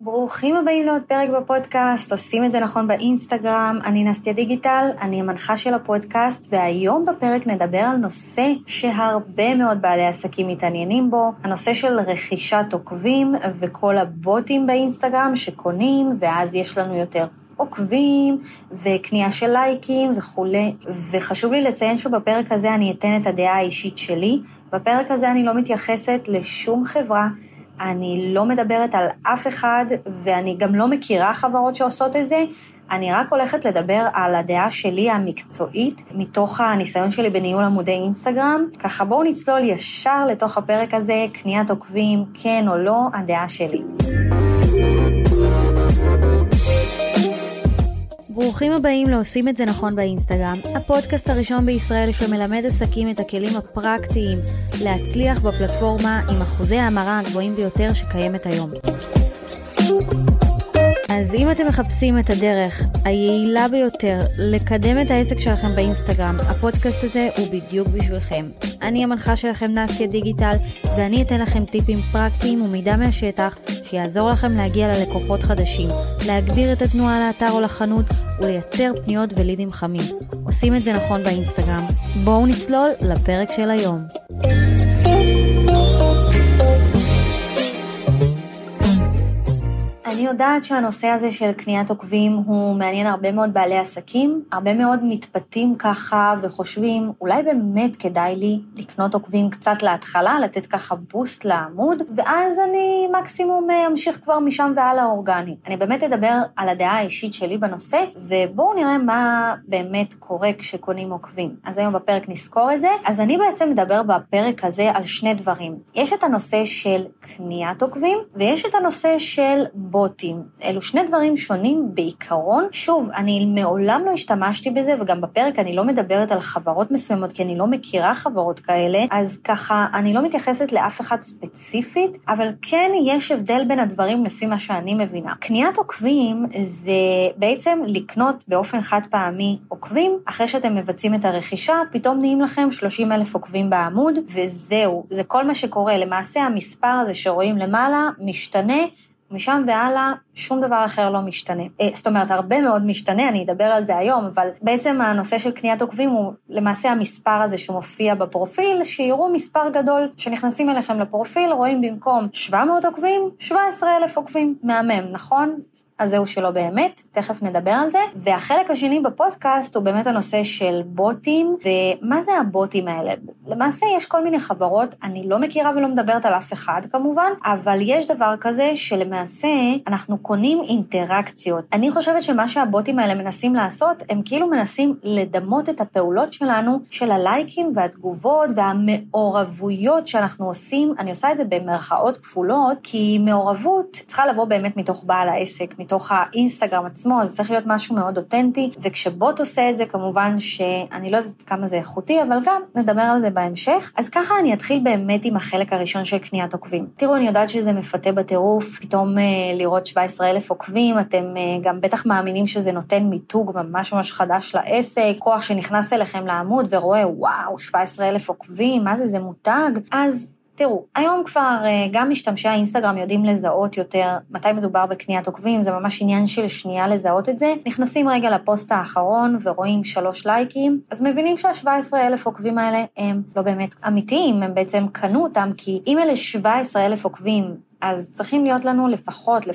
ברוכים הבאים לעוד פרק בפודקאסט, עושים את זה נכון באינסטגרם, אני נסטיה דיגיטל, אני המנחה של הפודקאסט, והיום בפרק נדבר על נושא שהרבה מאוד בעלי עסקים מתעניינים בו, הנושא של רכישת עוקבים וכל הבוטים באינסטגרם שקונים, ואז יש לנו יותר עוקבים וקנייה של לייקים וכו'. וחשוב לי לציין שבפרק הזה אני אתן את הדעה האישית שלי, בפרק הזה אני לא מתייחסת לשום חברה, אני לא מדברת על אף אחד, ואני גם לא מכירה חברות שעושות את זה, אני רק הולכת לדבר על הדעה שלי המקצועית, מתוך הניסיון שלי בניהול עמודי אינסטגרם, ככה בואו נצלול ישר לתוך הפרק הזה, קניית עוקבים, כן או לא, הדעה שלי. ברוכים הבאים לעושים את זה נכון באינסטגרם, הפודקאסט הראשון בישראל שמלמד עסקים את הכלים הפרקטיים להצליח בפלטפורמה עם אחוזי ההמרה הגבוהים ביותר שקיימת היום. אז אם אתם מחפשים את הדרך היעילה ביותר לקדם את העסק שלכם באינסטגרם, הפודקאסט הזה הוא בדיוק בשבילכם. אני המנחה שלכם נסטיה דיגיטל, ואני אתן לכם טיפים פרקטיים ומידע מהשטח שיעזור לכם להגיע ללקוחות חדשים, להגביר את התנועה לאתר או לחנות ולייצר פניות ולידים חמים. עושים את זה נכון באינסטגרם. בואו נצלול לפרק של היום. אני יודעת שהנושא הזה של קניית עוקבים הוא מעניין הרבה מאוד בעלי עסקים, הרבה מאוד מתפתים ככה וחושבים, אולי באמת כדאי לי לקנות עוקבים קצת להתחלה, לתת ככה בוסט לעמוד, ואז אני מקסימום אמשיך כבר משם והלאה אורגני. אני באמת אדבר על הדעה האישית שלי בנושא, ובואו נראה מה באמת קורה כשקונים עוקבים. אז היום בפרק נזכור את זה. אז אני בעצם מדבר בפרק הזה על שני דברים. יש את הנושא של קניית עוקבים, ויש את הנושא של בוטים. אלו שני דברים שונים בעיקרון. שוב, אני מעולם לא השתמשתי בזה, וגם בפרק אני לא מדברת על חברות מסוימות, כי אני לא מכירה חברות כאלה, אז ככה אני לא מתייחסת לאף אחד ספציפית, אבל כן יש הבדל בין הדברים לפי מה שאני מבינה. קניית עוקבים זה בעצם לקנות באופן חד פעמי עוקבים, אחרי שאתם מבצעים את הרכישה, פתאום נהיים לכם 30,000 עוקבים בעמוד, וזהו, זה כל מה שקורה. למעשה המספר הזה שרואים למעלה משתנה, משם והלאה שום דבר אחר לא משתנה. זאת אומרת, הרבה מאוד משתנה, אני אדבר על זה היום, אבל בעצם הנושא של קניית עוקבים הוא למעשה המספר הזה שמופיע בפרופיל, שיראו מספר גדול שנכנסים אליכם לפרופיל, רואים במקום 700 עוקבים, 17,000 עוקבים. מהמם, נכון? אז זהו שלא באמת, תכף נדבר על זה. והחלק השני בפודקאסט הוא באמת הנושא של בוטים, ומה זה הבוטים האלה? למעשה יש כל מיני חברות, אני לא מכירה ולא מדברת על אף אחד כמובן, אבל יש דבר כזה שלמעשה אנחנו קונים אינטראקציות. אני חושבת שמה שהבוטים האלה מנסים לעשות, הם כאילו מנסים לדמות את הפעולות שלנו, של הלייקים והתגובות והמעורבויות שאנחנו עושים. אני עושה את זה במרכאות כפולות, כי מעורבות צריכה לבוא באמת מתוך בעל העסק, מתוך האינסטגרם עצמו, אז צריך להיות משהו מאוד אותנטי, וכשבוט עושה את זה, כמובן שאני לא יודעת כמה זה איכותי, אבל גם נדבר על זה בהמשך. אז ככה אני אתחיל באמת עם החלק הראשון של קניית עוקבים. תראו, אני יודעת שזה מפתה בטירוף, פתאום לראות 17,000 עוקבים, אתם גם בטח מאמינים שזה נותן מיתוג ממש ממש חדש לעסק, כוח שנכנס אליכם לעמוד ורואה, וואו, 17,000 עוקבים, מה זה, זה מותג? אז תראו, היום כבר גם משתמשי האינסטגרם יודעים לזהות יותר מתי מדובר בקניית עוקבים, זה ממש עניין של שנייה לזהות את זה. נכנסים רגע לפוסט האחרון ורואים 3 לייקים, אז מבינים שה17,000 עוקבים האלה הם לא באמת אמיתיים, הם בעצם קנו אותם, כי אם אלה 17,000 עוקבים, אז צריכים להיות לנו לפחות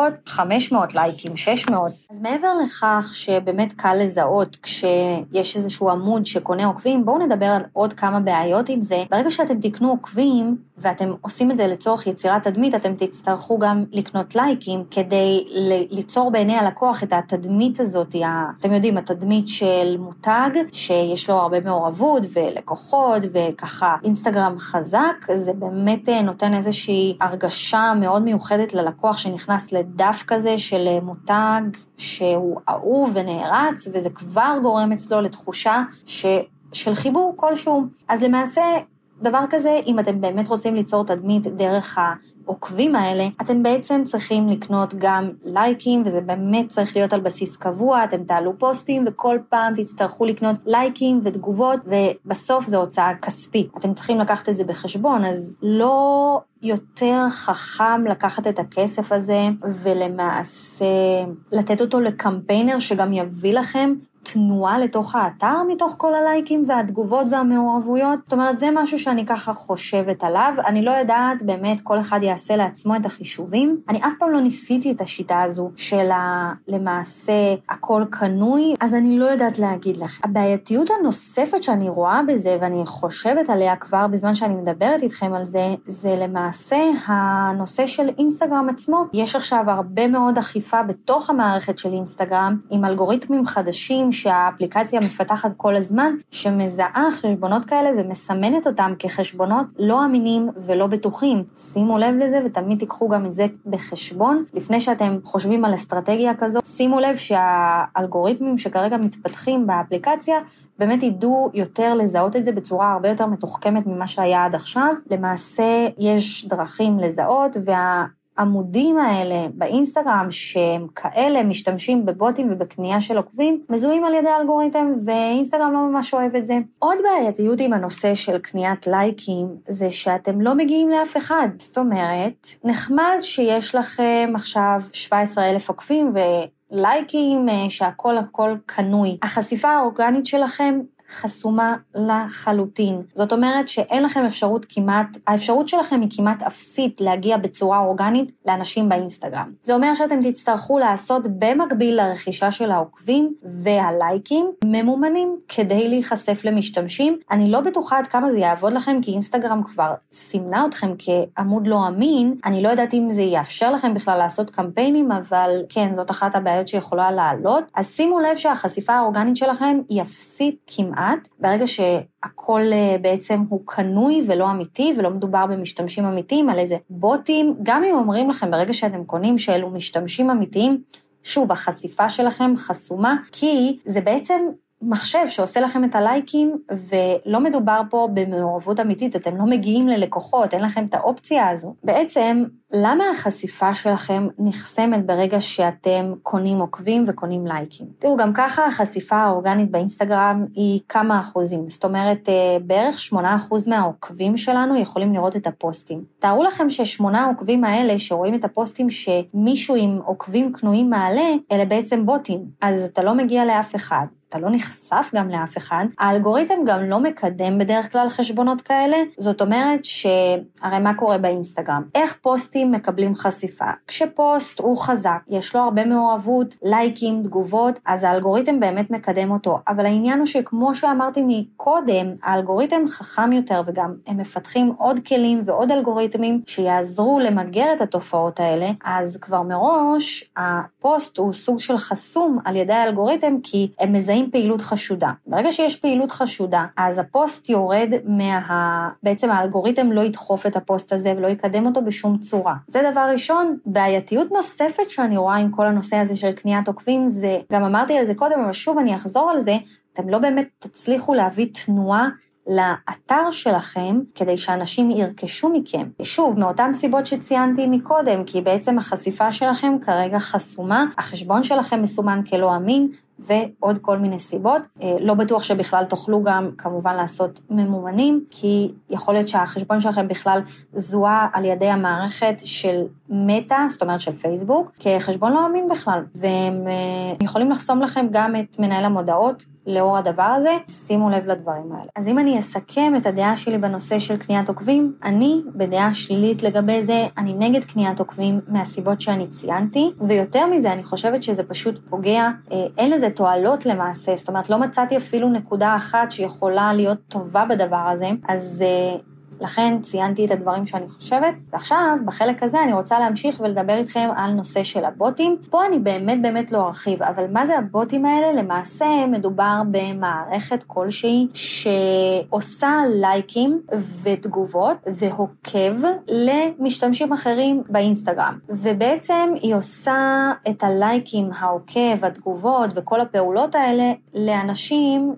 500 לייקים, 600. אז מעבר לכך שבאמת קל לזהות כשיש איזשהו עמוד שקונה עוקבים, בואו נדבר על עוד כמה בעיות עם זה. ברגע שאתם תקנו עוקבים, ואתם עושים את זה לצורך יצירת תדמית, אתם תצטרכו גם לקנות לייקים, כדי ליצור בעיני הלקוח את התדמית הזאת, אתם יודעים, התדמית של מותג, שיש לו הרבה מעורבות ולקוחות, וככה אינסטגרם חזק, זה באמת נותן איזושהי הרגשה מאוד מיוחדת ללקוח שנכנס לדף כזה של מותג שהוא אהוב ונערץ, וזה כבר גורם אצלו לתחושה של חיבור כלשהו. אז למעשה דבר כזה, אם אתם באמת רוצים ליצור תדמית דרך העוקבים האלה, אתם בעצם צריכים לקנות גם לייקים, וזה באמת צריך להיות על בסיס קבוע, אתם תעלו פוסטים, וכל פעם תצטרכו לקנות לייקים ותגובות, ובסוף זו הוצאה כספית. אתם צריכים לקחת את זה בחשבון, אז לא יותר חכם לקחת את הכסף הזה, ולמעשה לתת אותו לקמפיינר שגם יביא לכם תנועה לתוך האתר מתוך כל הלייקים והתגובות והמעורבויות. זאת אומרת, זה משהו שאני ככה חושבת עליו. אני לא יודעת, באמת כל אחד יעשה לעצמו את החישובים. אני אף פעם לא ניסיתי את השיטה הזו של למעשה הכל קנוי, אז אני לא יודעת להגיד לך. הבעייתיות הנוספת שאני רואה בזה, ואני חושבת עליה כבר בזמן שאני מדברת איתכם על זה, זה למעשה הנושא של אינסטגרם עצמו. יש עכשיו הרבה מאוד אכיפה בתוך המערכת של אינסטגרם, עם אלגוריתמים חדשים שהאפליקציה מפתחת כל הזמן, שמזהה חשבונות כאלה ומסמנת אותם כחשבונות לא אמינים ולא בטוחים. שימו לב לזה ותמיד תיקחו גם את זה בחשבון. לפני שאתם חושבים על אסטרטגיה כזו, שימו לב שהאלגוריתמים שכרגע מתפתחים באפליקציה, באמת ידעו יותר לזהות את זה בצורה הרבה יותר מתוחכמת ממה שהיה עד עכשיו. למעשה יש דרכים לזהות, העמודים האלה באינסטגרם שהם כאלה משתמשים בבוטים ובקנייה של עוקבים, מזוהים על ידי האלגוריתם, ואינסטגרם לא ממש אוהב את זה. עוד בעייתיות עם הנושא של קניית לייקים, זה שאתם לא מגיעים לאף אחד. זאת אומרת, נחמד שיש לכם עכשיו 17,000 עוקבים ולייקים שהכל קנוי. החשיפה האורגנית שלכם חסומה לחלוטין. זאת אומרת שאין לכם האפשרות שלכם היא כמעט אפסית להגיע בצורה אורגנית לאנשים באינסטגרם. זה אומר שאתם תצטרכו לעשות במקביל לרכישה של העוקבים והלייקים ממומנים כדי להיחשף למשתמשים. אני לא בטוחה עד כמה זה יעבוד לכם, כי אינסטגרם כבר סימנה אתכם כעמוד לא אמין. אני לא יודעת אם זה יאפשר לכם בכלל לעשות קמפיינים, אבל כן, זאת אחת הבעיות שיכולה לעלות. אז שימו לב שהחשיפה האורגנית שלכם היא אפסית כמעט. ברגע שהכל בעצם הוא קנוי ולא אמיתי, ולא מדובר במשתמשים אמיתיים, על איזה בוטים, גם אם אומרים לכם ברגע שאתם קונים שאלו משתמשים אמיתיים, שוב, החשיפה שלכם חסומה, כי זה בעצם מחשב שעושה לכם את הלייקים, ולא מדובר פה במעורבות אמיתית, אתם לא מגיעים ללקוחות, אין לכם את האופציה הזו. בעצם, למה החשיפה שלכם נחסמת ברגע שאתם קונים עוקבים וקונים לייקים? תראו, גם ככה החשיפה האורגנית באינסטגרם היא כמה אחוזים, זאת אומרת, בערך 8% מהעוקבים שלנו יכולים לראות את הפוסטים. תארו לכם ש8 העוקבים האלה שרואים את הפוסטים שמישהו עם עוקבים קנויים מעלה, אלה בעצם בוטים, אז אתה לא מגיע לאף אחד. אתה לא נחשף גם לאף אחד, האלגוריתם גם לא מקדם בדרך כלל חשבונות כאלה, זאת אומרת הרי מה קורה באינסטגרם? איך פוסטים מקבלים חשיפה? כשפוסט הוא חזק, יש לו הרבה מעורבות, לייקים, תגובות, אז האלגוריתם באמת מקדם אותו, אבל העניין הוא שכמו שאמרתי מקודם, האלגוריתם חכם יותר, וגם הם מפתחים עוד כלים ועוד אלגוריתמים שיעזרו למגר את התופעות האלה, אז כבר מראש הפוסט הוא סוג של חסום על ידי האלגוריתם, כי הם מזהים פעילות חשודה. ברגע שיש פעילות חשודה, אז הפוסט יורד בעצם האלגוריתם לא ידחוף את הפוסט הזה ולא יקדם אותו בשום צורה. זה דבר ראשון. בעייתיות נוספת שאני רואה עם כל הנושא הזה של קניית עוקבים, זה, גם אמרתי על זה קודם, אבל שוב אני אחזור על זה, אתם לא באמת תצליחו להביא תנועה לאתר שלכם, כדי שאנשים ירכשו מכם. שוב, מאותן סיבות שציינתי מקודם, כי בעצם החשיפה שלכם כרגע חסומה, החשבון שלכם מסומן כלא אמין, ועוד כל מיני סיבות. לא בטוח שבכלל תוכלו גם כמובן לעשות ממומנים, כי יכול להיות שהחשבון שלכם בכלל זוהה על ידי המערכת של מטא, זאת אומרת של פייסבוק, כחשבון לא אמין בכלל, והם יכולים לחסום לכם גם את מנהל המודעות, לאור הדבר הזה, שימו לב לדברים האלה. אז אם אני אסכם את הדעה שלי בנושא של קניית עוקבים, אני בדעה שלילית לגבי זה, אני נגד קניית עוקבים מהסיבות שאני ציינתי, ויותר מזה אני חושבת שזה פשוט פוגע, אין לזה תועלות למעשה, זאת אומרת לא מצאתי אפילו נקודה אחת שיכולה להיות טובה בדבר הזה, אז לכן ציינתי את הדברים שאני חושבת, ועכשיו בחלק הזה אני רוצה להמשיך ולדבר איתכם על נושא של הבוטים. פה אני באמת לא ארחיב, אבל מה זה הבוטים האלה? למעשה מדובר במערכת כלשהי שעושה לייקים ותגובות והוקב למשתמשים אחרים באינסטגרם, ובעצם היא עושה את הלייקים, העוקב, התגובות וכל הפעולות האלה לאנשים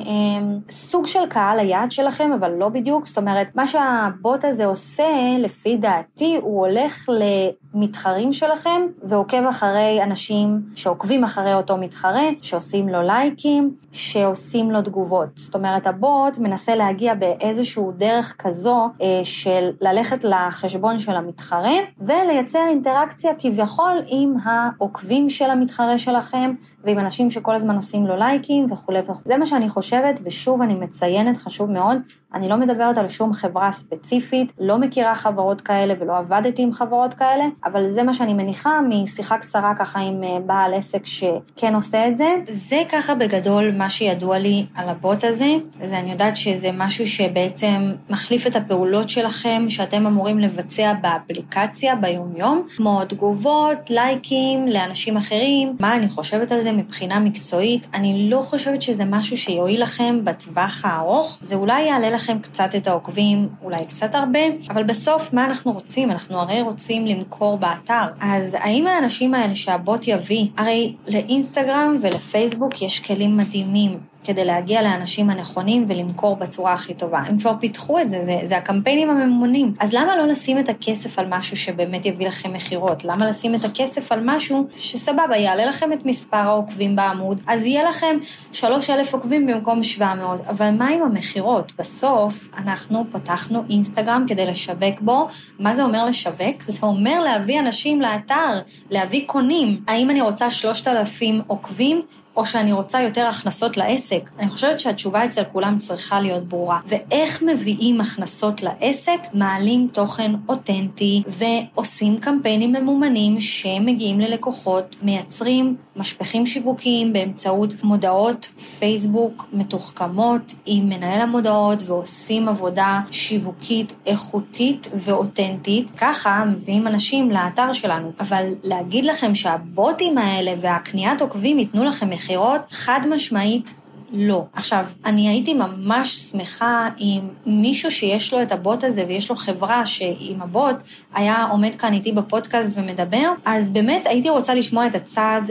שהם סוג של קהל היעד שלכם, אבל לא בדיוק. זאת אומרת, מה שהבוט הזה עושה, לפי דעתי, הוא הולך למתחרים שלכם, ועוקב אחרי אנשים שעוקבים אחרי אותו מתחרה, שעושים לו לייקים, שעושים לו תגובות. זאת אומרת, הבוט מנסה להגיע באיזשהו דרך כזו של ללכת לחשבון של המתחרה, ולייצר אינטראקציה כביכול עם העוקבים של המתחרה שלכם, ועם אנשים שכל הזמן עושים לו לייקים וכו' וכו'. זה מה שאני חושבת, ושוב אני מציינת, חשוב מאוד, אני לא מדברת על שום חברה ספציפית, לא מכירה חברות כאלה ולא עבדתי עם חברות כאלה, אבל זה מה שאני מניחה משיחה קצרה ככה עם בעל עסק שכן עושה את זה. זה ככה בגדול מה שידוע לי על הבוט הזה. אני יודעת שזה משהו שבעצם מחליף את הפעולות שלכם שאתם אמורים לבצע באפליקציה ביום-יום, כמו תגובות, לייקים לאנשים אחרים. מה אני חושבת על זה מבחינה מקצועית? אני לא חושבת שזה משהו שיועיל לכם בטווח הארוך. זה אולי יעלה לכם קצת את העוקבים, אולי קצת הרבה, אבל בסוף מה אנחנו רוצים? אנחנו הרי רוצים למכור באתר. אז האם האנשים האלה שהבוט יביא, הרי לאינסטגרם ולפייסבוק יש כלים מדהימים כדי להגיע לאנשים הנכונים ולמכור בצורה הכי טובה. הם כבר פיתחו את זה, זה הקמפיינים הממונים. אז למה לא לשים את הכסף על משהו שבאמת יביא לכם מחירות? למה לשים את הכסף על משהו שסבבה, יעלה לכם את מספר העוקבים בעמוד, אז יהיה לכם 3,000 עוקבים במקום 700, אבל מה עם המחירות? בסוף אנחנו פתחנו אינסטגרם כדי לשווק בו. מה זה אומר לשווק? זה אומר להביא אנשים לאתר, להביא קונים. האם אני רוצה 3,000 עוקבים? או שאני רוצה יותר הכנסות לעסק? אני חושבת שהתשובה אצל כולם צריכה להיות ברורה. ואיך מביאים הכנסות לעסק? מעלים תוכן אותנטי ועושים קמפיינים ממומנים שמגיעים ללקוחות, מייצרים משפחים שיווקיים באמצעות מודעות פייסבוק מתוחכמות עם מנהל המודעות, ועושים עבודה שיווקית איכותית ואותנטית. ככה מביאים אנשים לאתר שלנו. אבל להגיד לכם שהבוטים האלה והקניית עוקבים ייתנו לכם מחירות, חד משמעית לא. עכשיו, אני הייתי ממש שמחה עם מישהו שיש לו את הבוט הזה, ויש לו חברה שעם הבוט היה עומד כאן איתי בפודקאסט ומדבר, אז באמת הייתי רוצה לשמוע את הצד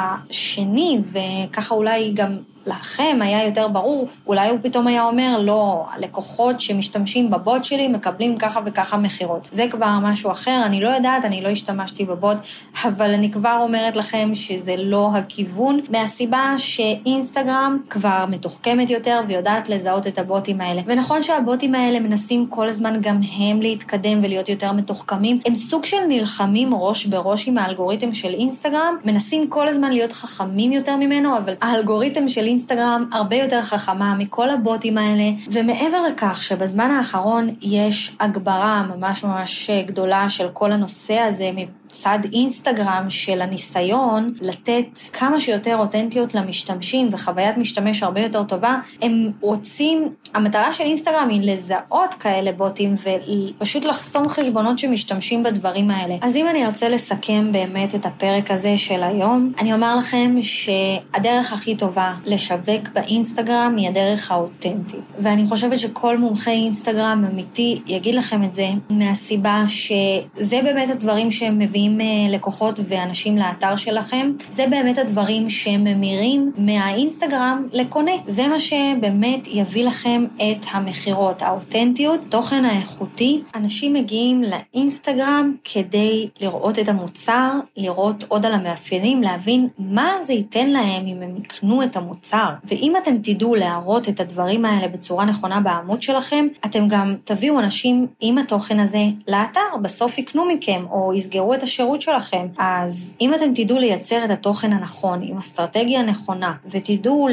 השני, וככה אולי גם לכם היה יותר ברור, אולי הוא פתאום היה אומר, לא, הלקוחות שמשתמשים בבוט שלי מקבלים ככה וככה מחירות. זה כבר משהו אחר, אני לא יודעת, אני לא השתמשתי בבוט, אבל אני כבר אומרת לכם שזה לא הכיוון, מהסיבה שאינסטגרם כבר מתוחכמת יותר ויודעת לזהות את הבוטים האלה. ונכון שהבוטים האלה מנסים כל הזמן גם הם להתקדם ולהיות יותר מתוחכמים, הם סוג של נלחמים ראש בראש עם האלגוריתם של אינסטגרם, מנסים כל הזמן להיות חכמים יותר ממנו, אבל האלגוריתם של אינסטגרם הרבה יותר חכמה מכל הבוטים האלה, ומעבר לכך שבזמן האחרון יש הגברה ממש גדולה של כל הנושא הזה מצד אינסטגרם, של הניסיון לתת כמה שיותר אותנטיות למשתמשים וחוויית משתמש הרבה יותר טובה. הם רוצים, המטרה של אינסטגרם היא לזהות כאלה בוטים ופשוט לחסום חשבונות שמשתמשים בדברים האלה. אז אם אני ארצה לסכם באמת את הפרק הזה של היום, אני אומר לכם שהדרך הכי טובה לשווק באינסטגרם היא הדרך האותנטית. ואני חושבת שכל מומחה אינסטגרם אמיתי יגיד לכם את זה, מהסיבה שזה באמת הדברים שהם מביאים לקוחות ואנשים לאתר שלכם, זה באמת הדברים שממירים מהאינסטגרם לקונה. זה מה שבאמת יביא לכם את המחירות, האותנטיות, תוכן האיכותי. אנשים מגיעים לאינסטגרם כדי לראות את המוצר, לראות עוד על המאפיינים, להבין מה זה ייתן להם אם הם יקנו את המוצר. ואם אתם תדעו להראות את הדברים האלה בצורה נכונה בעמוד שלכם, אתם גם תביאו אנשים עם התוכן הזה לאתר, בסוף יקנו מכם או יסגרו את השירות שלכם. אז אם אתם תדעו לייצר את התוכן הנכון, עם אסטרטגיה נכונה, ותדעו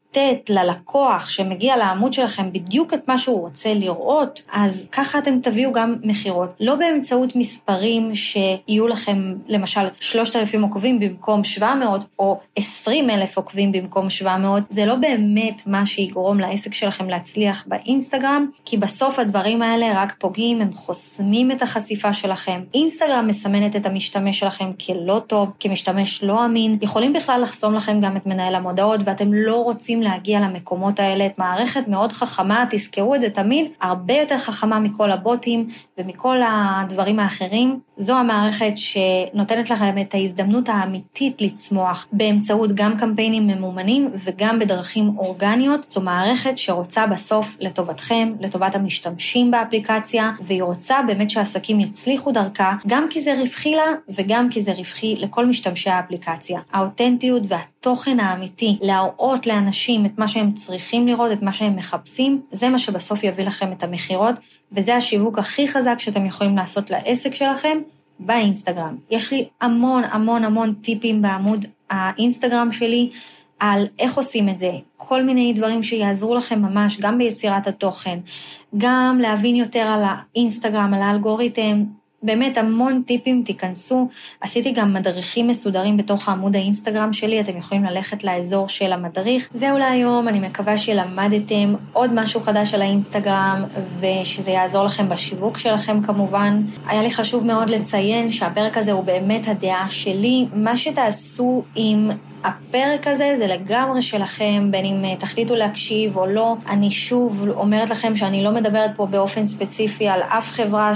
לתת ללקוח שמגיע לעמוד שלכם בדיוק את מה שהוא רוצה לראות, אז ככה אתם תביאו גם מחירות. לא באמצעות מספרים שיהיו לכם למשל 3,000 עוקבים במקום 700 או 20,000 עוקבים במקום 700, זה לא באמת מה שיגרום לעסק שלכם להצליח באינסטגרם, כי בסוף הדברים האלה רק פוגעים, הם חוסמים את החשיפה שלכם. אינסטגרם מסמנת את המשתמש שלכם כלא טוב, כמשתמש לא אמין, יכולים בכלל לחסום לכם גם את מנהל המודעות, ואתם לא רוצים להגיע למקומות האלה. את מערכת מאוד חכמה, תזכרו את זה תמיד, הרבה יותר חכמה מכל הבוטים ומכל הדברים האחרים. זו המערכת שנותנת לכם את ההזדמנות האמיתית לצמוח באמצעות גם קמפיינים ממומנים וגם בדרכים אורגניות. זו מערכת שרוצה בסוף לטובתכם, לטובת המשתמשים באפליקציה, והיא רוצה באמת שהעסקים יצליחו דרכה, גם כי זה רווחי לה וגם כי זה רווחי לכל משתמשי האפליקציה. האותנטיות והתוכן האמיתי, להראות לאנשים את מה שהם צריכים לראות, את מה שהם מחפשים, זה מה שבסוף יביא לכם את המחירות, וזה השיווק הכי חזק שאתם יכולים לעשות לעסק שלכם באינסטגרם. יש לי המון טיפים בעמוד האינסטגרם שלי, על איך עושים את זה, כל מיני דברים שיעזרו לכם ממש, גם ביצירת התוכן, גם להבין יותר על האינסטגרם, על האלגוריתם, באמת המון טיפים, תיכנסו. עשיתי גם מדריכים מסודרים בתוך העמוד האינסטגרם שלי, אתם יכולים ללכת לאזור של המדריך. זהו להיום, אני מקווה שלמדתם עוד משהו חדש על האינסטגרם, ושזה יעזור לכם בשיווק שלכם כמובן. היה לי חשוב מאוד לציין שהפרק הזה הוא באמת הדעה שלי. מה שתעשו עם הפרק הזה זה לגמרי שלכם, בין אם תחליטו להקשיב או לא. אני שוב אומרת לכם שאני לא מדברת פה באופן ספציפי על אף חברה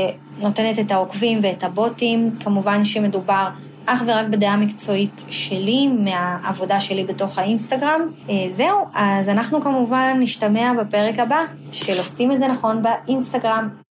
שנותנת את העוקבים ואת הבוטים. כמובן שמדובר אך ורק בדעה מקצועית שלי, מהעבודה שלי בתוך האינסטגרם. זהו, אז אנחנו כמובן נשתמע בפרק הבא של עושים את זה נכון באינסטגרם.